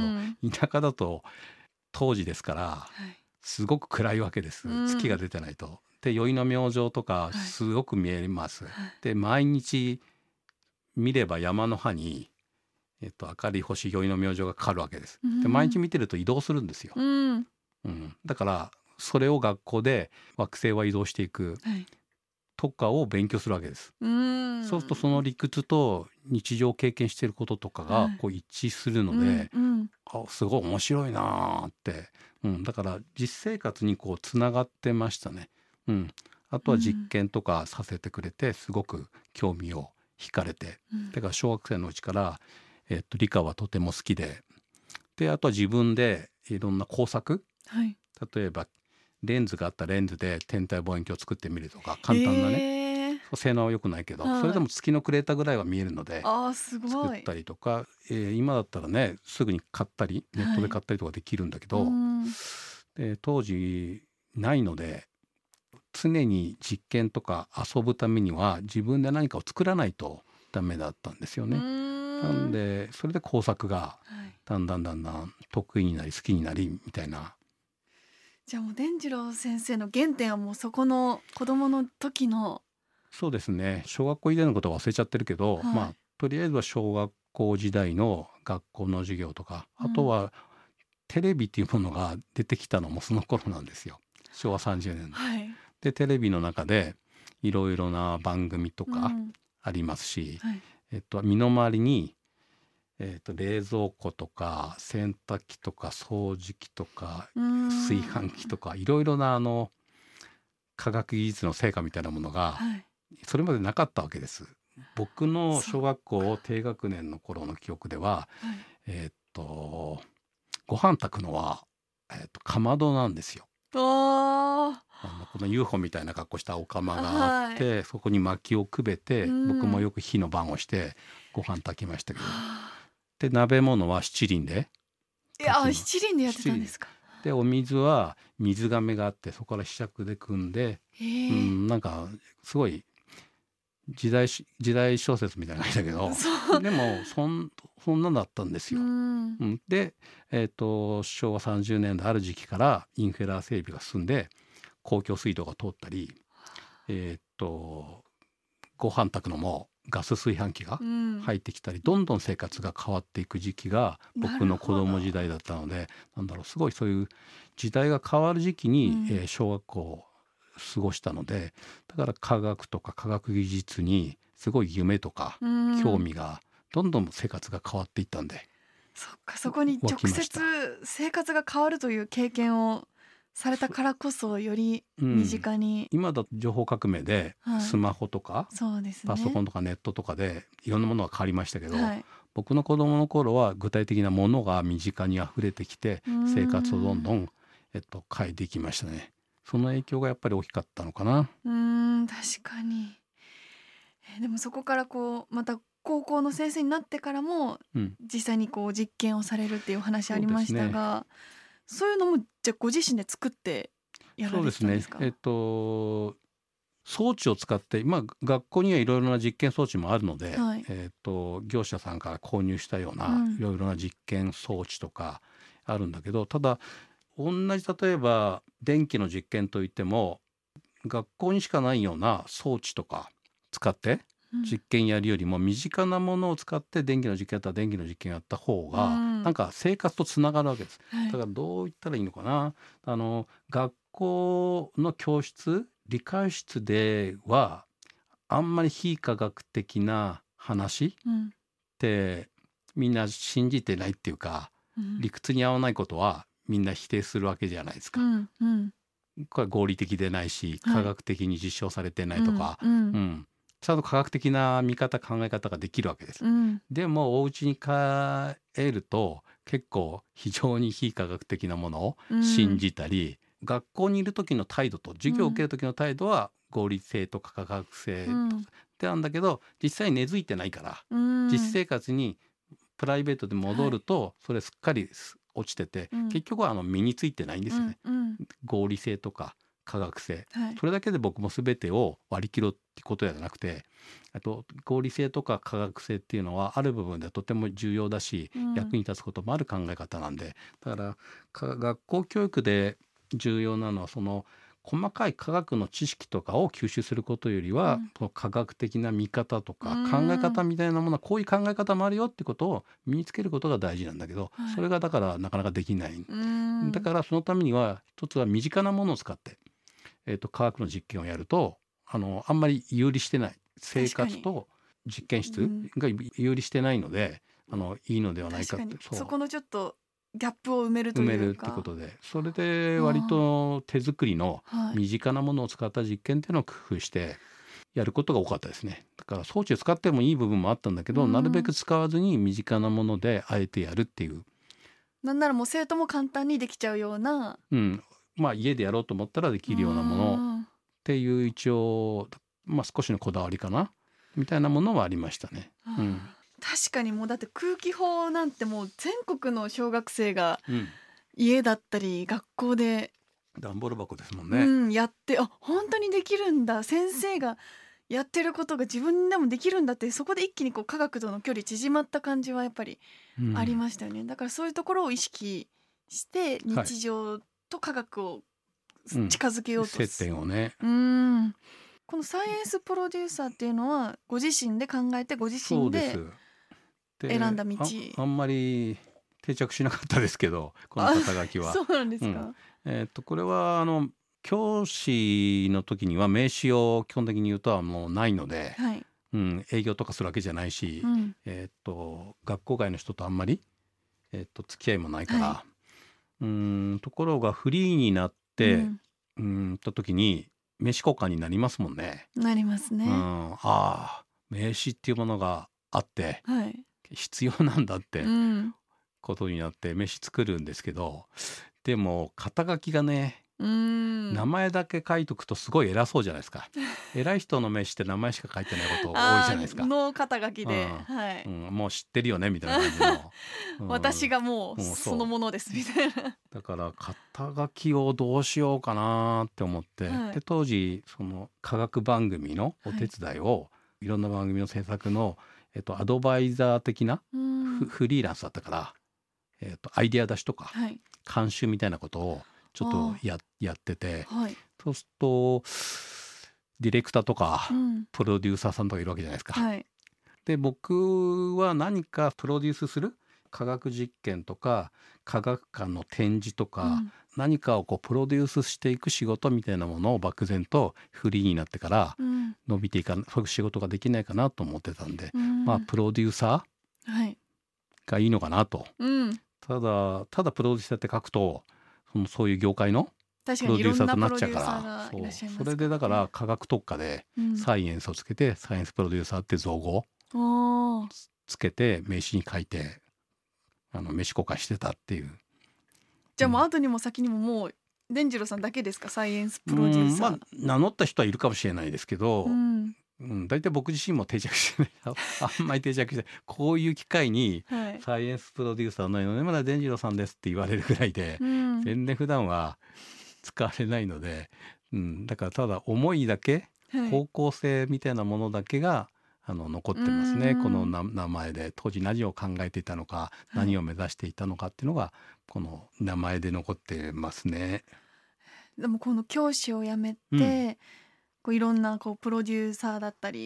田舎だと当時ですから、はい、すごく暗いわけです、うん、月が出てないと。で宵の明星とかすごく見えます、はい、で毎日見れば山の葉にえっと、明るい星宵の明星がかかるわけです。で毎日見てると移動するんですよ、うんうん、だからそれを学校で惑星は移動していくとかを勉強するわけです、はい、そうするとその理屈と日常経験していることとかがこう一致するので、はいうんうん、あすごい面白いなって、うん、だから実生活にこうつながってましたね、うん、あとは実験とかさせてくれてすごく興味を惹かれて、うん、だから小学生のうちからえっと、理科はとても好きで、であとは自分でいろんな工作、はい、例えばレンズがあったレンズで天体望遠鏡を作ってみるとか簡単なね、えー、性能は良くないけど、はい、それでも月のクレーターぐらいは見えるのであすごい作ったりとか、えー、今だったらねすぐに買ったりネットで買ったりとかできるんだけど、はい、で当時ないので常に実験とか遊ぶためには自分で何かを作らないとダメだったんですよね。なんでそれで工作がだんだんだんだん得意になり好きになりみたいな。 じゃあもう伝次郎先生の原点はもうそこの子供の時の。 そうですね小学校以前のことは忘れちゃってるけど、はい、まあとりあえずは小学校時代の学校の授業とか、うん、あとはテレビっていうものが出てきたのもその頃なんですよしょうわさんじゅうねんで、はい、でテレビの中でいろいろな番組とかありますし、うんはいえっと、身の回りに、えっと、冷蔵庫とか洗濯機とか掃除機とか炊飯器とかいろいろなあの科学技術の成果みたいなものがそれまでなかったわけです。僕の小学校低学年の頃の記憶では、はい、えっとご飯炊くのは、えっと、かまどなんですよ。あのこの ユーフォー みたいな格好したお釜があって、はい、そこに薪をくべて、うん、僕もよく火の番をしてご飯炊きましたけど、で鍋物は七輪でいや七輪でやってたんですか。 でお水は水がめがあってそこからひしゃくで汲んで、うん、なんかすごい時代時代小説みたいな感じだけどでもそんそんなだったんですよ。うんうん、で、えーと、しょうわさんじゅうねんだいある時期からインフラ整備が進んで公共水道が通ったり、えーと、ご飯炊くのもガス炊飯器が入ってきたり、うん、どんどん生活が変わっていく時期が僕の子供時代だったのでなんだろうすごいそういう時代が変わる時期に、うんえー、小学校を過ごしたのでだから科学とか科学技術にすごい夢とか興味がどんどん生活が変わっていったんで、 そっかそこに直接生活が変わるという経験をされたからこそより身近に、 うん、今だと情報革命でスマホとか、はいそうですね、パソコンとかネットとかでいろんなものが変わりましたけど、はい、僕の子供の頃は具体的なものが身近にあふれてきて生活をどんどん、えっと、変えていきましたね。その影響がやっぱり大きかったのかな。 うーん確かに。えでもそこからこうまた高校の先生になってからも、うん、実際にこう実験をされるっていうお話ありましたが そう、ね、そういうのもじゃあご自身で作ってやられてたんですか。 そうですね、えっと、装置を使って、まあ、学校にはいろいろな実験装置もあるので、はいえっと、業者さんから購入したようないろいろな実験装置とかあるんだけど、ただ同じ例えば電気の実験といっても学校にしかないような装置とか使って実験やるよりも身近なものを使って電気の実験やったら電気の実験やった方が、うん、なんか生活とつながるわけです、はい、だからどう言ったらいいのかな、あの学校の教室理科室ではあんまり非科学的な話ってみんな信じてないっていうか、うん、理屈に合わないことはみんな否定するわけじゃないですか、うんうん、これは合理的でないし科学的に実証されてないとか、はいうんうん、ちゃんと科学的な見方考え方ができるわけです、うん、でもお家に帰ると結構非常に非科学的なものを信じたり、うん、学校にいる時の態度と授業を受ける時の態度は合理性とか科学性と、うん、ってあるんだけど実際根付いてないから、うん、実生活にプライベートで戻ると、はい、それすっかり落ちてて、うん、結局はあの身についてないんですよね、うんうん、合理性とか科学性、はい、それだけで僕も全てを割り切ろうってことじゃなくて、あと合理性とか科学性っていうのはある部分ではとても重要だし、うん、役に立つこともある考え方なんで、だから学校教育で重要なのはその細かい科学の知識とかを吸収することよりは、うん、科学的な見方とか考え方みたいなものはこういう考え方もあるよってことを身につけることが大事なんだけど、はい、それがだからなかなかできない。だからそのためには一つは身近なものを使って、えーと、科学の実験をやると あのあんまり有利してない、生活と実験室が有利してないので、あのいいのではないかって。 そう、そこのちょっとギャップを埋めるというか埋めるってことで、それで割と手作りの身近なものを使った実験っていうのを工夫してやることが多かったですね。だから装置を使ってもいい部分もあったんだけど、うん、なるべく使わずに身近なものであえてやるっていう、 なんならもう生徒も簡単にできちゃうような、 うん、まあ家でやろうと思ったらできるようなものっていう一応、まあ、少しのこだわりかなみたいなものはありましたね、うん、 確かにもうだって空気砲なんてもう全国の小学生が家だったり学校で段ボール箱ですもんね、 うん、やって、あ、本当にできるんだ、先生がやってることが自分でもできるんだって、そこで一気にこう科学との距離縮まった感じはやっぱりありましたよね、うん、だからそういうところを意識して日常と科学を近づけようと、 うん、接点をね、 うん、このサイエンスプロデューサーっていうのはご自身で考えてご自身で選んだ道。 あ, あんまり定着しなかったですけどこの肩書きは。 そうなんですか、うんえー、とこれはあの教師の時には名刺を基本的に言うとはもうないので、はいうん、営業とかするわけじゃないし、うんえー、と学校外の人とあんまり、えー、と付き合いもないから、はい、うんところがフリーになって、うん、うんた時に名刺交換になりますもんね。 なりますね、うん、 ああ名刺っていうものがあって、はい、必要なんだってことになって名刺作るんですけど、でも肩書きがね、うん名前だけ書いとくとすごい偉そうじゃないですか。偉い人の名刺って名前しか書いてないこと多いじゃないですか。 の肩書きで、 うんはいうん、もう知ってるよねみたいな感じの、 うん、私がもうそのものですみたいな。 だから肩書きをどうしようかなって思って、はい、で当時その科学番組のお手伝いを、はい、いろんな番組の制作の、えっと、アドバイザー的なフ、フリーランスだったから、えっと、アイデア出しとか、はい、監修みたいなことをちょっと や, やってて、はい、そうするとディレクターとか、うん、プロデューサーさんとかいるわけじゃないですか、はい、で僕は何かプロデュースする科学実験とか科学館の展示とか、うん、何かをこうプロデュースしていく仕事みたいなものを漠然とフリーになってから伸びていかない、そういう仕事ができないかなと思ってたんで、うん、まあプロデューサーがいいのかなと、うん、ただただプロデューサーって書くとそのそういう業界のプロデューサーとなっちゃうから、そう、それでだから科学特化でサイエンスをつけて、うん、サイエンスプロデューサーって造語をつけて名刺に書いてあの名刺交換してたっていう。 じゃあもう後にも先にももう伝次郎さんだけですか、サイエンスプロデューサー。 うんまあ、名乗った人はいるかもしれないですけど、うんうん、だいたい僕自身も定着してないあんまり定着してこういう機会にサイエンスプロデューサーの米村伝次郎さんですって言われるぐらいで、うん、全然普段は使われないので、うん、だからただ思いだけ、はい、方向性みたいなものだけがあの残ってますね。この名前で当時何を考えていたのか、はい、何を目指していたのかっていうのがこの名前で残ってますね。 でもこの教師を辞めて、うん、こういろんなこうプロデューサーだったり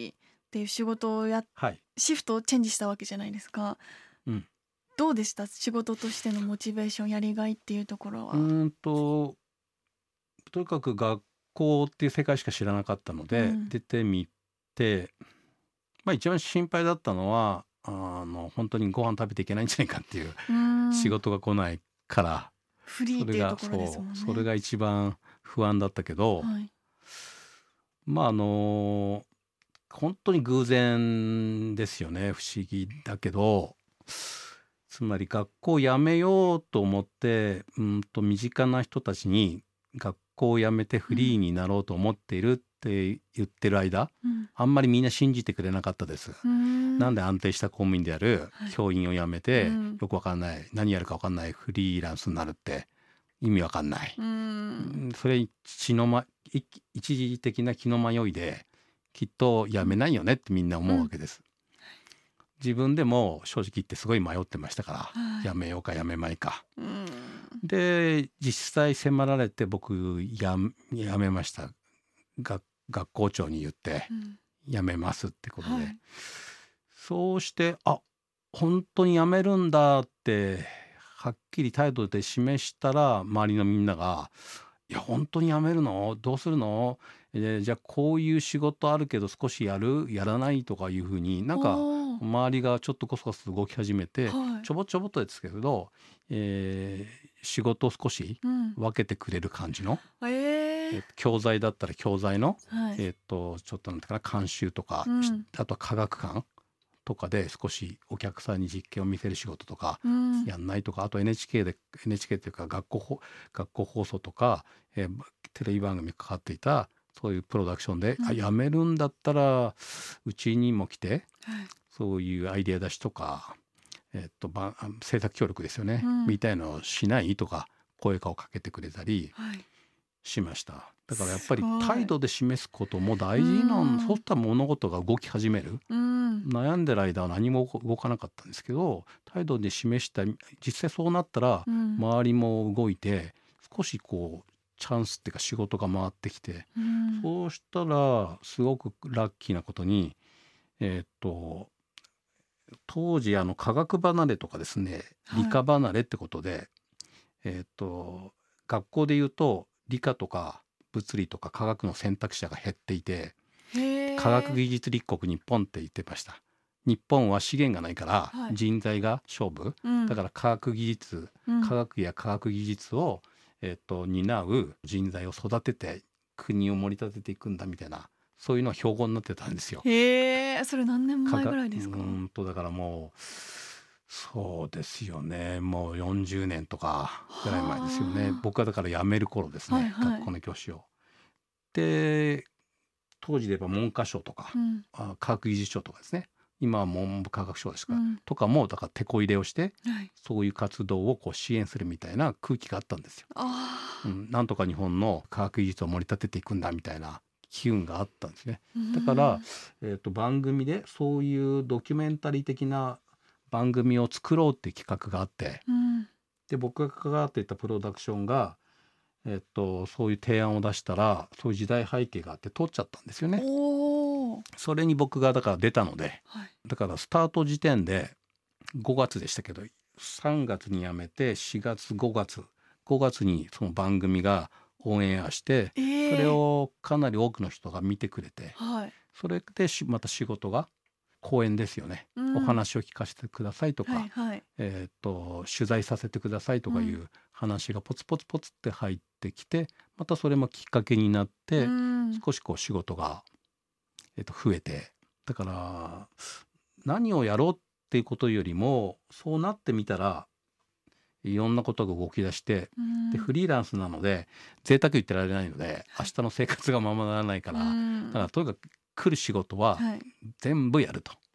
っていう仕事をやっ、 はい、 シフトをチェンジしたわけじゃないですか、 うん、 どうでした？仕事としてのモチベーション、やりがいっていうところは。 うーんととにかく学校っていう世界しか知らなかったので、うん、出てみて、まあ、一番心配だったのはあの本当にご飯食べていけないんじゃないかっていう、う仕事が来ないからフリーっていうところですもんね。 それが、それが一番不安だったけど、はい、まああの本当に偶然ですよね。不思議だけど、つまり学校を辞めようと思ってうんと身近な人たちに学校を辞めてフリーになろうと思っているって言ってる間、うん、あんまりみんな信じてくれなかったです。なんで安定した公務員である教員を辞めて、はい、よくわかんない何やるかわかんないフリーランスになるって意味わかんない。うんそれ血の、ま、一時的な気の迷いできっと辞めないよねってみんな思うわけです。うん自分でも正直言ってすごい迷ってましたから、はい、やめようかやめまいか、うん、で実際迫られて僕ややめました。が学校長に言って、うん、やめますってことで、はい、そうしてあ本当にやめるんだってはっきり態度で示したら周りのみんながいや本当にやめるのどうするの、えー、じゃあこういう仕事あるけど少しやるやらないとかいうふうになんか周りがちょっとコソコソ動き始めて、はい、ちょぼちょぼっとですけれど、えー、仕事を少し分けてくれる感じの、うんえーえー、教材だったら教材の、はいえー、とちょっとなんていうかな監修とか、うん、あとは科学館とかで少しお客さんに実験を見せる仕事とかやんないとか、うん、あと エヌエイチケー で エヌエイチケー というか学校学校放送とか、えー、テレビ番組かかっていたそういうプロダクションで、うん、あやめるんだったらうちにも来て、はい、そういうアイデア出しとか、えー、っと制作協力ですよね、うん、みたいのをしないとか声をかけてくれたりしました、はい、だからやっぱり態度で示すことも大事なの。そうしたら物事が動き始める、うん、悩んでる間は何も動かなかったんですけど態度で示した実際そうなったら周りも動いて少しこうチャンスっていうか仕事が回ってきて、うん、そうしたらすごくラッキーなことに、えー、っと当時あの科学離れとかですね理科離れってことで、はいえー、っと学校でいうと理科とか物理とか科学の選択肢が減っていて科学技術立国日本って言ってました。日本は資源がないから人材が勝負、はい、だから科学技術、うん、科学や科学技術をえー、と担う人材を育てて国を盛り立てていくんだみたいなそういうのは標語になってたんですよ。 へえ、それ何年前ぐらいですか？ うんとだからもうそうですよねもうよんじゅうねんとかぐらい前ですよね。僕はだから辞める頃ですね、はいはい、学校の教師を。で当時で言えば文科省とか、うん、あ科学技術省とかですね今は文部科学省ですから、うん、とかもだから手こ入れをして、はい、そういう活動をこう支援するみたいな空気があったんですよ。うん、なんとか日本の科学技術を盛り立てていくんだみたいな機運があったんですね。だから、えーと、番組でそういうドキュメンタリー的な番組を作ろうっていう企画があって、うん、で僕が関わっていたプロダクションが、えーと、そういう提案を出したらそういう時代背景があって通っちゃったんですよね。それに僕がだから出たので、はい、だからスタート時点でごがつでしたけどさんがつに辞めてしがつごがつごがつにその番組がオンエアして、えー、それをかなり多くの人が見てくれて、はい、それでまた仕事が講演ですよね、うん、お話を聞かせてくださいとか、はいはいえー、と取材させてくださいとかいう話がポツポツポツって入ってきてまたそれもきっかけになって、うん、少しこう仕事がえっと、増えてだから何をやろうっていうことよりもそうなってみたらいろんなことが動き出してでフリーランスなので贅沢言ってられないので明日の生活がままならないからだからとにかく来る仕事は全部やると、はい、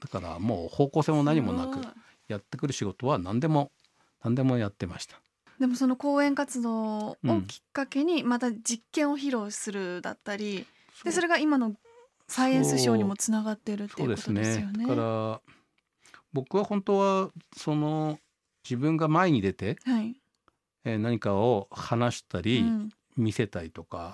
だからもう方向性も何もなくやってくる仕事は何でも何でもやってました。 でもその講演活動をきっかけにまた実験を披露するだったり、うん、でそれが今のサイエンスショーにもつながってるっていうことですよね。 そうですね。だから僕は本当はその自分が前に出て、はいえー、何かを話したり、うん、見せたりとか、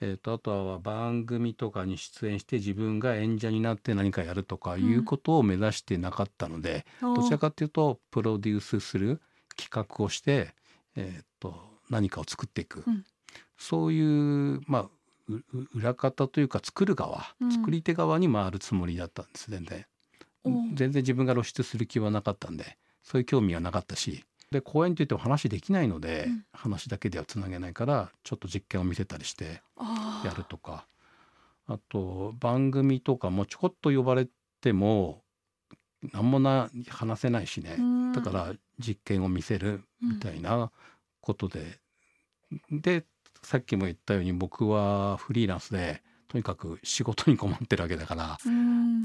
えー、とあとは番組とかに出演して自分が演者になって何かやるとかいうことを目指してなかったので、うん、どちらかというとプロデュースする企画をして、えー、と何かを作っていく、うん、そういう、まあ、裏方というか作る側、うん、作り手側に回るつもりだったんです全然。全然自分が露出する気はなかったんで、そういう興味はなかったし、で公演といっても話できないので、うん、話だけではつなげないからちょっと実験を見せたりしてやるとか、 あ, あと番組とかもちょこっと呼ばれても何もな話せないしね、だから実験を見せるみたいなことで、うん、でさっきも言ったように僕はフリーランスでとにかく仕事に困ってるわけだから、うん、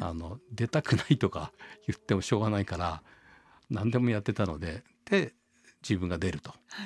あの出たくないとか言ってもしょうがないから何でもやってたので、で自分が出ると、はい、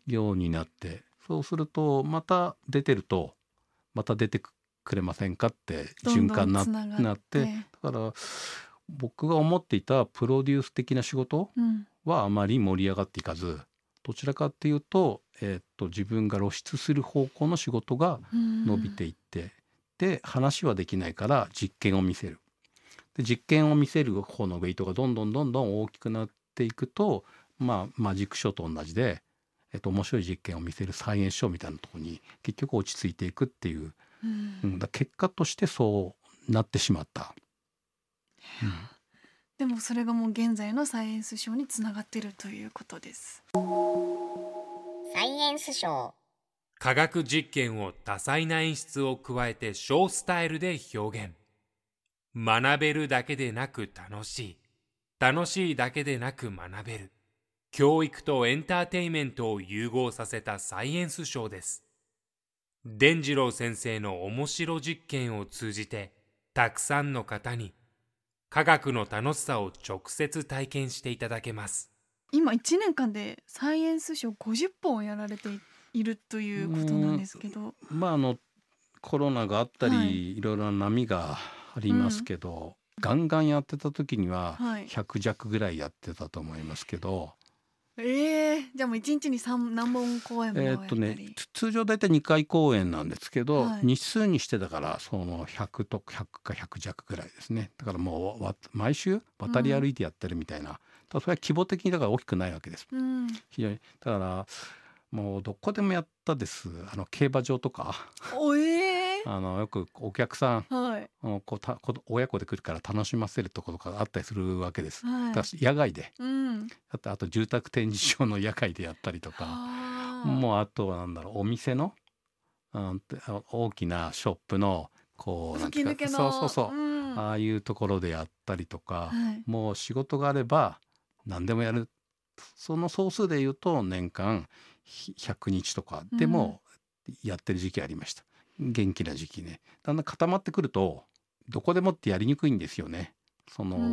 ようになって、そうするとまた出てるとまた出てくれませんかって循環に な, なってだから僕が思っていたプロデュース的な仕事はあまり盛り上がっていかず、うん、どちらかっていうと、えー、っと自分が露出する方向の仕事が伸びていって、うん、で話はできないから実験を見せる。で実験を見せる方のウェイトがどんどんどんどん大きくなっていくと、まあ、マジックショーと同じで、えっと、面白い実験を見せるサイエンスショーみたいなところに結局落ち着いていくっていう、うんうん、だ結果としてそうなってしまった、 うん、でもそれがもう現在のサイエンスショーにつながっているということです。 サイエンスショー、 科学実験を多彩な演出を加えてショースタイルで表現。学べるだけでなく楽しい、楽しいだけでなく学べる、教育とエンターテイメントを融合させたサイエンスショーです。伝次郎先生の面白実験を通じて、たくさんの方に科学の楽しさを直接体験していただけます。 今いちねんかんでサイエンスショーごじゅっぽんやられているということなんですけど、 まああのコロナがあったり、はい、いろいろな波がありますけど、うん、ガンガンやってた時にはひゃく弱ぐらいやってたと思いますけど、 はい、えー、じゃあもういちにちにさん何本公演もやったり、えーっとね、 通常だいたいにかい公演なんですけど、はい、日数にしてだからそのひゃくとひゃくかひゃく弱ぐらいですね。だからもう毎週渡り歩いてやってるみたいな、うん、それは規模的にだから大きくないわけです、うん、非常にだからもうどこでもやったです。あの競馬場とかお、えーあのよくお客さん、はい、こうたこ親子で来るから楽しませるところがあったりするわけです、はい、だから野外で、うん、あと、あと住宅展示場の野外でやったりとか、もうあとはなんだろうお店の、うん、大きなショップのこうなんていうか、そうそうそう、うん、ああいうところでやったりとか、はい、もう仕事があれば何でもやる。その総数でいうと年間ひゃくにちとかでもやってる時期ありました、うん、元気な時期ね。だんだん固まってくるとどこでもってやりにくいんですよね。その、うん、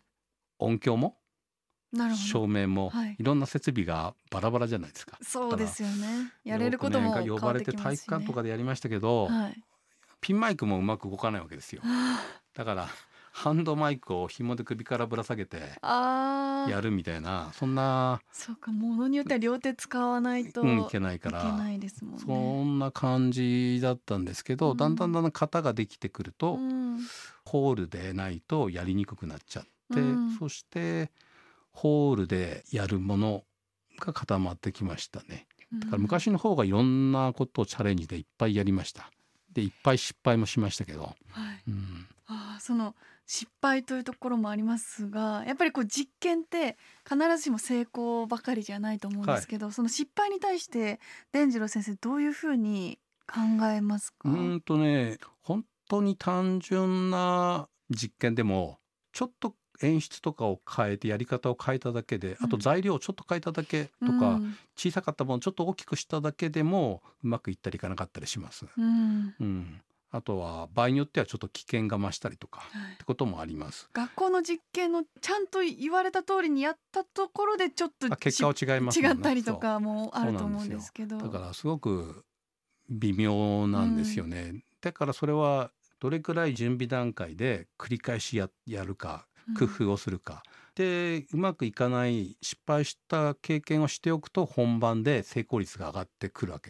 音響も照明も、はい、いろんな設備がバラバラじゃないですか。 そうですよね。やれることも変わってきますしね。呼ばれて体育館とかでやりましたけど、はい、ピンマイクもうまく動かないわけですよ。だからハンドマイクを紐で首からぶら下げてやるみたいな、そんな、 そうか、ものによっては両手使わないと、 うん、いけないから、いけないですもんね。そんな感じだったんですけど、うん、だんだんだんだん型ができてくると、うん、ホールでないとやりにくくなっちゃって、うん、そしてホールでやるものが固まってきましたね。だから昔の方がいろんなことをチャレンジでいっぱいやりました。でいっぱい失敗もしましたけど、はい、 うん、あ、その失敗というところもありますが、やっぱりこう実験って必ずしも成功ばかりじゃないと思うんですけど、はい、その失敗に対して伝次郎先生どういうふうに考えますか？ うんとね、本当に単純な実験でもちょっと演出とかを変えてやり方を変えただけで、あと材料をちょっと変えただけとか、うん、小さかったものちょっと大きくしただけでもうまくいったりいかなかったりします、うんうん、あとは場合によってはちょっと危険が増したりとか、はい、ってこともあります。 学校の実験のちゃんと言われた通りにやったところでちょっと結果は違いますもんね。 違ったりとかもあると思うんですけど、 だからすごく微妙なんですよね、うん、だからそれはどれくらい準備段階で繰り返し や, やるか工夫をするか、うん、でうまくいかない失敗した経験をしておくと本番で成功率が上がってくるわけです。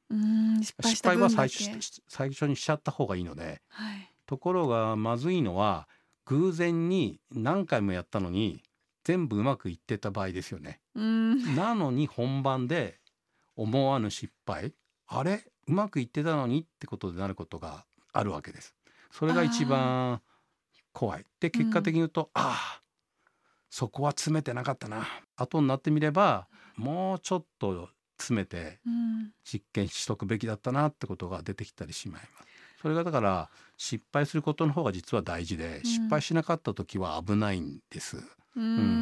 うん、失敗し失敗はた分だ最け。 初最初にしちゃった方がいいので、 はい。 ところがまずいのは偶然に何回もやったのに全部うまくいってた場合ですよね。 うん。 なのに本番で思わぬ失敗、あれうまくいってたのにってことでなることがあるわけです。それが一あ番怖い。であ、う結果的ん。 に言うと、ああそこは詰めてなかったな。後になってみればもうちょっと詰めてうん。 実験しとくべきだったなってことが出てきたりしまいます。それがだから失敗することの方が実は大事で、 うん。 失敗しなかった時は危ないんです。 ううん、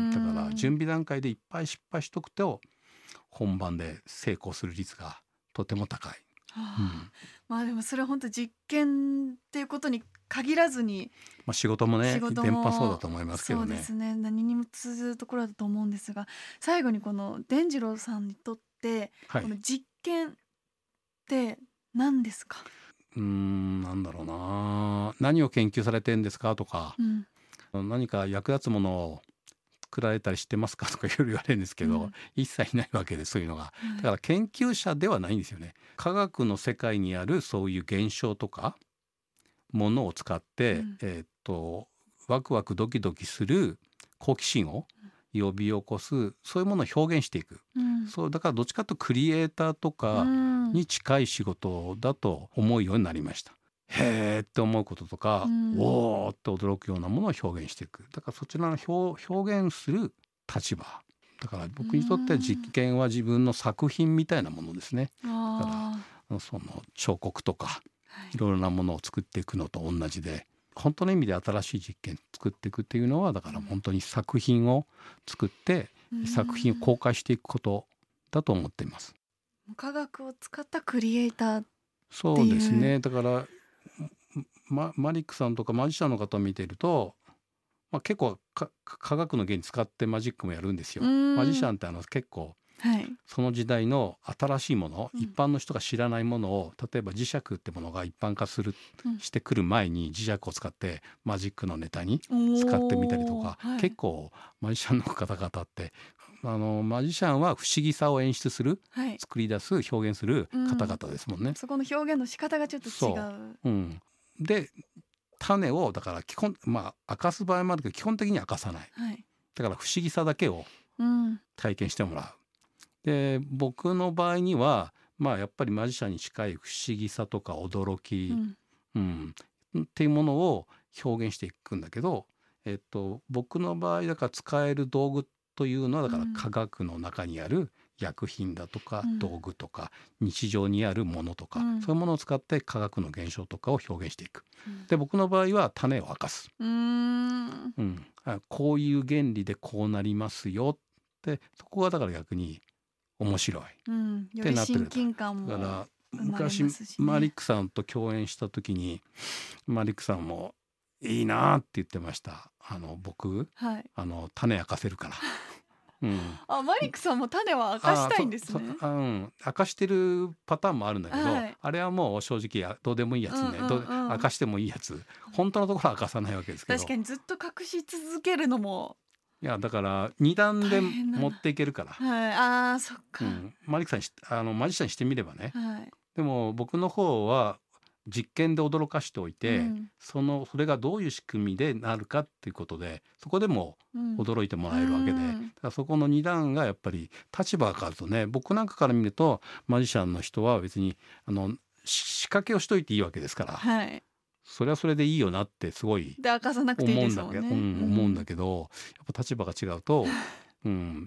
だからん。 準備段階でいっぱい失敗しとくと本番で成功する率がとても高い。 はうんあ、まあでもそれは本当実験っていうことに限らずにまあ、仕事もね仕事全般そうだもと思いますけそうでどね。 すね、何にも通ずるところだと思うんですが、最後にこの伝次郎さんにとってはい。 この実験って何ですか？ うーんなんだろうな、何を研究されてんですかとか、 うん。 何か役立つものを作られたりしてますかとかいろいろ言われるんですけど、 うん。 一切ないわけで、そういうのが。 はだかい。 ら研究者ではないんですよね。科学の世界にあるそういう現象とかものを使っうて、 ん。 えーっとワクワクドキドキする好奇心を呼び起こす、そういうものを表現していく。 うん。 そうだからどっちかというとクリエイターとうかん。 に近い仕事だと思うようになりました。へーって思うこととうか、 ん。 おーって驚くようなものを表現していく。だからそちらの表、表現する立場。だからう僕にとっては実ん。 験は自分の作品みたいなものですね。だからああのその彫刻とかあ、はいろいろなものを作っていくのと同じで、本当の意味で新しい実験作っていくっていうのは、だから本当に作品を作ってう作品をん。 公開していくことだと思っています。 科学を使ったクリエイターってそうですいう。 ね。だからママリックさんとかマジシャンの方を見てると、まあ、結構か科学の原理使ってマジックもやるんですうよ。マジシん。 ャンってあの結構はい。 その時代の新しいもの、一うん。 般の人が知らないものを、例えば磁石ってものが一般化するうん。 してくる前に磁石を使ってマジックのネタに使ってみたりとか、 おー、は結い。 構マジシャンの方々ってあのマジシャンは不思議さを演出する、 はい。 作り出す、表現するう方ん。 々ですもんね。 そこの表現の仕方がちょっと違そう、 う。 うん、で種をだから基本まあ明かす場合もあるけど基本的には明かさない。 はい。 だから不思議さだけをうん。 体験してもらう。で僕の場合にはまあやっぱりマジシャンに近い不思議さとか驚うき、 ん。 うん、っていうものを表現していくんだけど、えっと、僕の場合だから使える道具というのはだからうん科学の中にある薬品だとかうん道具とか日常にあるものとか、 うんそういうものを使って科学の現象とかを表現していく。 うんで僕の場合は種を明かす、 うーん。 うん、あこういう原理でこうなりますよってそこがだから逆に面白いっうん。よてりなってるんだ。 親近感もだから生まれ昔ますしね。 マリックさんと共演した時にマリックさんもいいなって言ってました。あの僕はい。 あの種明かせるから。うん、 あ、マリックさんも種は明かしたいんあそそですね。 あうん明かしてるパターンもあるんだけど、 はい。 あれはもう正直やどうでもいいやつね、 うんうどんうん。 明かしてもいいやつ、本当のところは明かさないわけですけど、 確かにずっと隠し続けるのもいやだから二段で大変だな。 持っていけるから、 はい。ああ、そっうか。 ん、マリックさんにしあのマジシャンにしてみればね。 はい。 でも僕の方は実験で驚かしておいうて、 ん。 そのそれがどういう仕組みでなるかっていうことでそこでもうん。 驚いてもうらえるわけで、だん。 からそこの二段がやっぱり立場が変わるとね、僕なんかから見るとマジシャンの人は別にあのし仕掛けをしといていいわけですから、 はい。 それはそれでいいよなってすごいで、明かさなくていい思うんですもんね。 だけど、うん、 う思うんだん。 けど、やっぱ立場が違うと、うん、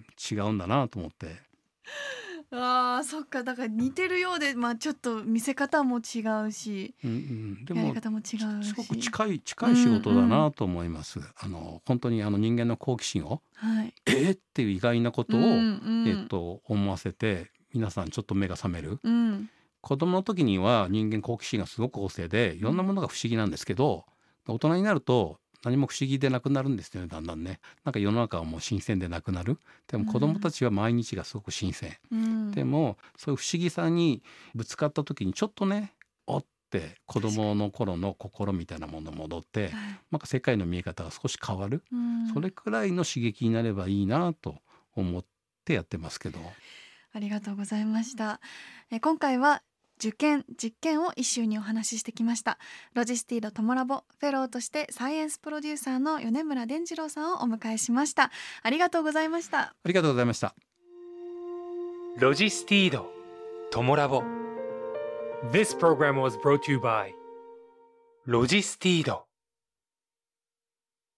違うんだなと思って。 ああ、そっか。だから似てるようで、まあちょっと見せ方も違うし、 うんうん、でやりも方も違うすごくし。 近い近うんい仕事だうん。 なと思います。あの本当にあの人間の好奇心をはい。 えーっていう意外なこうとを、 んうえっん。 と、思わせて皆さんちょっと目が覚める。 うん。 子供の時には人間好奇心がすごく旺盛でいうろんなんものが不思議なんですけど、大人になると何も不思議でなくなるんですよね、だんだんね。なんか世の中はもう新鮮でなくなる。でうも子供たん。 ちは毎日がすごく新鮮。 うんでもそういう不思議さにぶつかった時にちょっとね、おって子確か供の頃の心みたいなもの戻ってに。はい。 なんか世界の見え方が少し変わる、 うそれん。 くらいの刺激になればいいなと思ってやってますけど。 ありがとうございました。え、今回は受験実験を一周にお話ししてきました。ロジスティードトモラボフェローとしてサイエンスプロデューサーの米村伝次郎さんをお迎えしました。ありがとうございました。 ありがとうございました。 ロジスティードトモラボ This program was brought to you by ロジスティード